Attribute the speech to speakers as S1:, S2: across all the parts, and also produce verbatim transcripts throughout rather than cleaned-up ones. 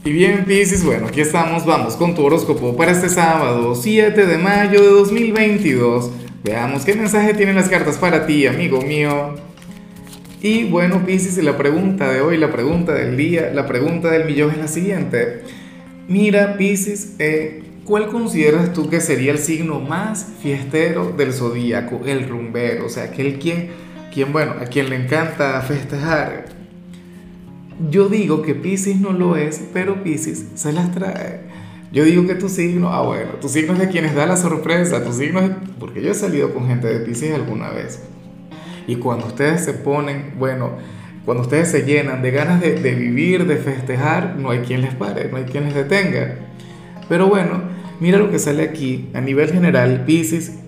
S1: Y bien, Piscis, bueno, aquí estamos, vamos con tu horóscopo para este sábado, siete de mayo de dos mil veintidós. Veamos qué mensaje tienen las cartas para ti, amigo mío. Y bueno, Piscis, la pregunta de hoy, la pregunta del día, la pregunta del millón es la siguiente. Mira, Piscis, eh, ¿cuál consideras tú que sería el signo más fiestero del zodíaco? El rumbero, o sea, aquel quien, quien, bueno, a quien le encanta festejar. Yo digo que Piscis no lo es, pero Piscis se las trae. Yo digo que tu signo, ah bueno, tu signo es de quienes da la sorpresa, tu signo es, porque yo he salido con gente de Piscis alguna vez. Y cuando ustedes se ponen, bueno, cuando ustedes se llenan de ganas de, de vivir, de festejar, no hay quien les pare, no hay quien les detenga. Pero bueno, mira lo que sale aquí, a nivel general, Piscis,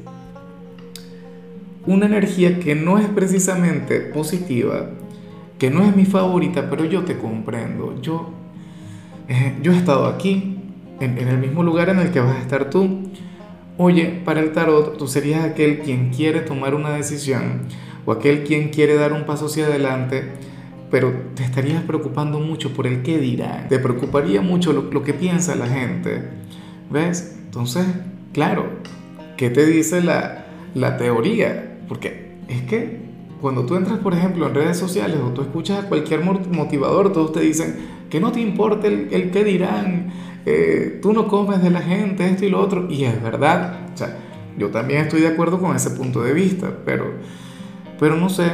S1: una energía que no es precisamente positiva, que no es mi favorita, pero yo te comprendo. Yo, eh, yo he estado aquí, en, en el mismo lugar en el que vas a estar tú. Oye, para el tarot, tú serías aquel quien quiere tomar una decisión o aquel quien quiere dar un paso hacia adelante, pero te estarías preocupando mucho por el qué dirán. Te preocuparía mucho lo, lo que piensa la gente. ¿Ves? Entonces, claro, ¿qué te dice la, la teoría? Porque es que cuando tú entras, por ejemplo, en redes sociales o tú escuchas a cualquier motivador, todos te dicen que no te importa el, el qué dirán, eh, tú no comes de la gente, esto y lo otro, y es verdad, o sea, yo también estoy de acuerdo con ese punto de vista, pero, pero no sé,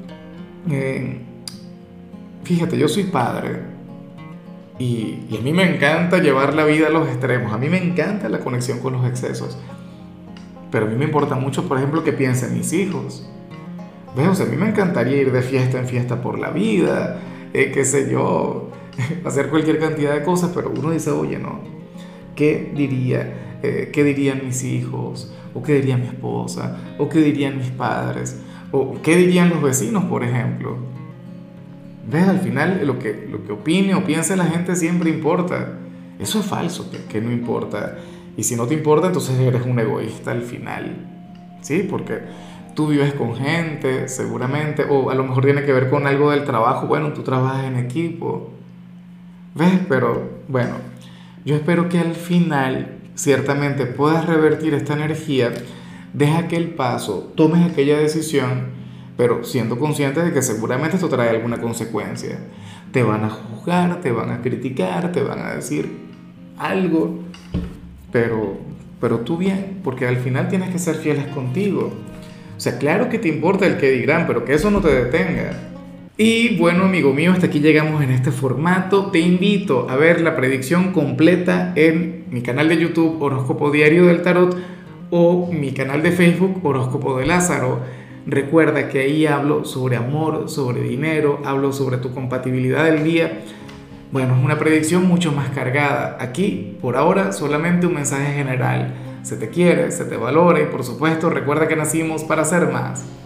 S1: eh, fíjate, yo soy padre y, y a mí me encanta llevar la vida a los extremos, a mí me encanta la conexión con los excesos, pero a mí me importa mucho, por ejemplo, que piensen mis hijos. ¿Ves? O sea, a mí me encantaría ir de fiesta en fiesta por la vida, eh, qué sé yo, hacer cualquier cantidad de cosas, pero uno dice, oye, no, ¿qué diría, eh, qué dirían mis hijos? ¿O qué diría mi esposa? ¿O qué dirían mis padres? ¿O qué dirían los vecinos, por ejemplo? ¿Ves? Al final lo que, lo que opine o piense la gente siempre importa. Eso es falso, que, que no importa. Y si no te importa, entonces eres un egoísta al final. ¿Sí? Porque tú vives con gente, seguramente, o a lo mejor tiene que ver con algo del trabajo. Bueno, tú trabajas en equipo. ¿Ves? Pero bueno, yo espero que al final ciertamente puedas revertir esta energía, deja aquel paso, tomes aquella decisión, pero siendo consciente de que seguramente esto trae alguna consecuencia. Te van a juzgar, te van a criticar, te van a decir algo, pero, pero tú bien, porque al final tienes que ser fieles contigo. O sea, claro que te importa el que dirán, pero que eso no te detenga. Y bueno, amigo mío, hasta aquí llegamos en este formato. Te invito a ver la predicción completa en mi canal de YouTube Horóscopo Diario del Tarot o mi canal de Facebook Horóscopo de Lázaro. Recuerda que ahí hablo sobre amor, sobre dinero, hablo sobre tu compatibilidad del día. Bueno, es una predicción mucho más cargada. Aquí, por ahora, solamente un mensaje general. Se te quiere, se te valora y por supuesto recuerda que nacimos para ser más.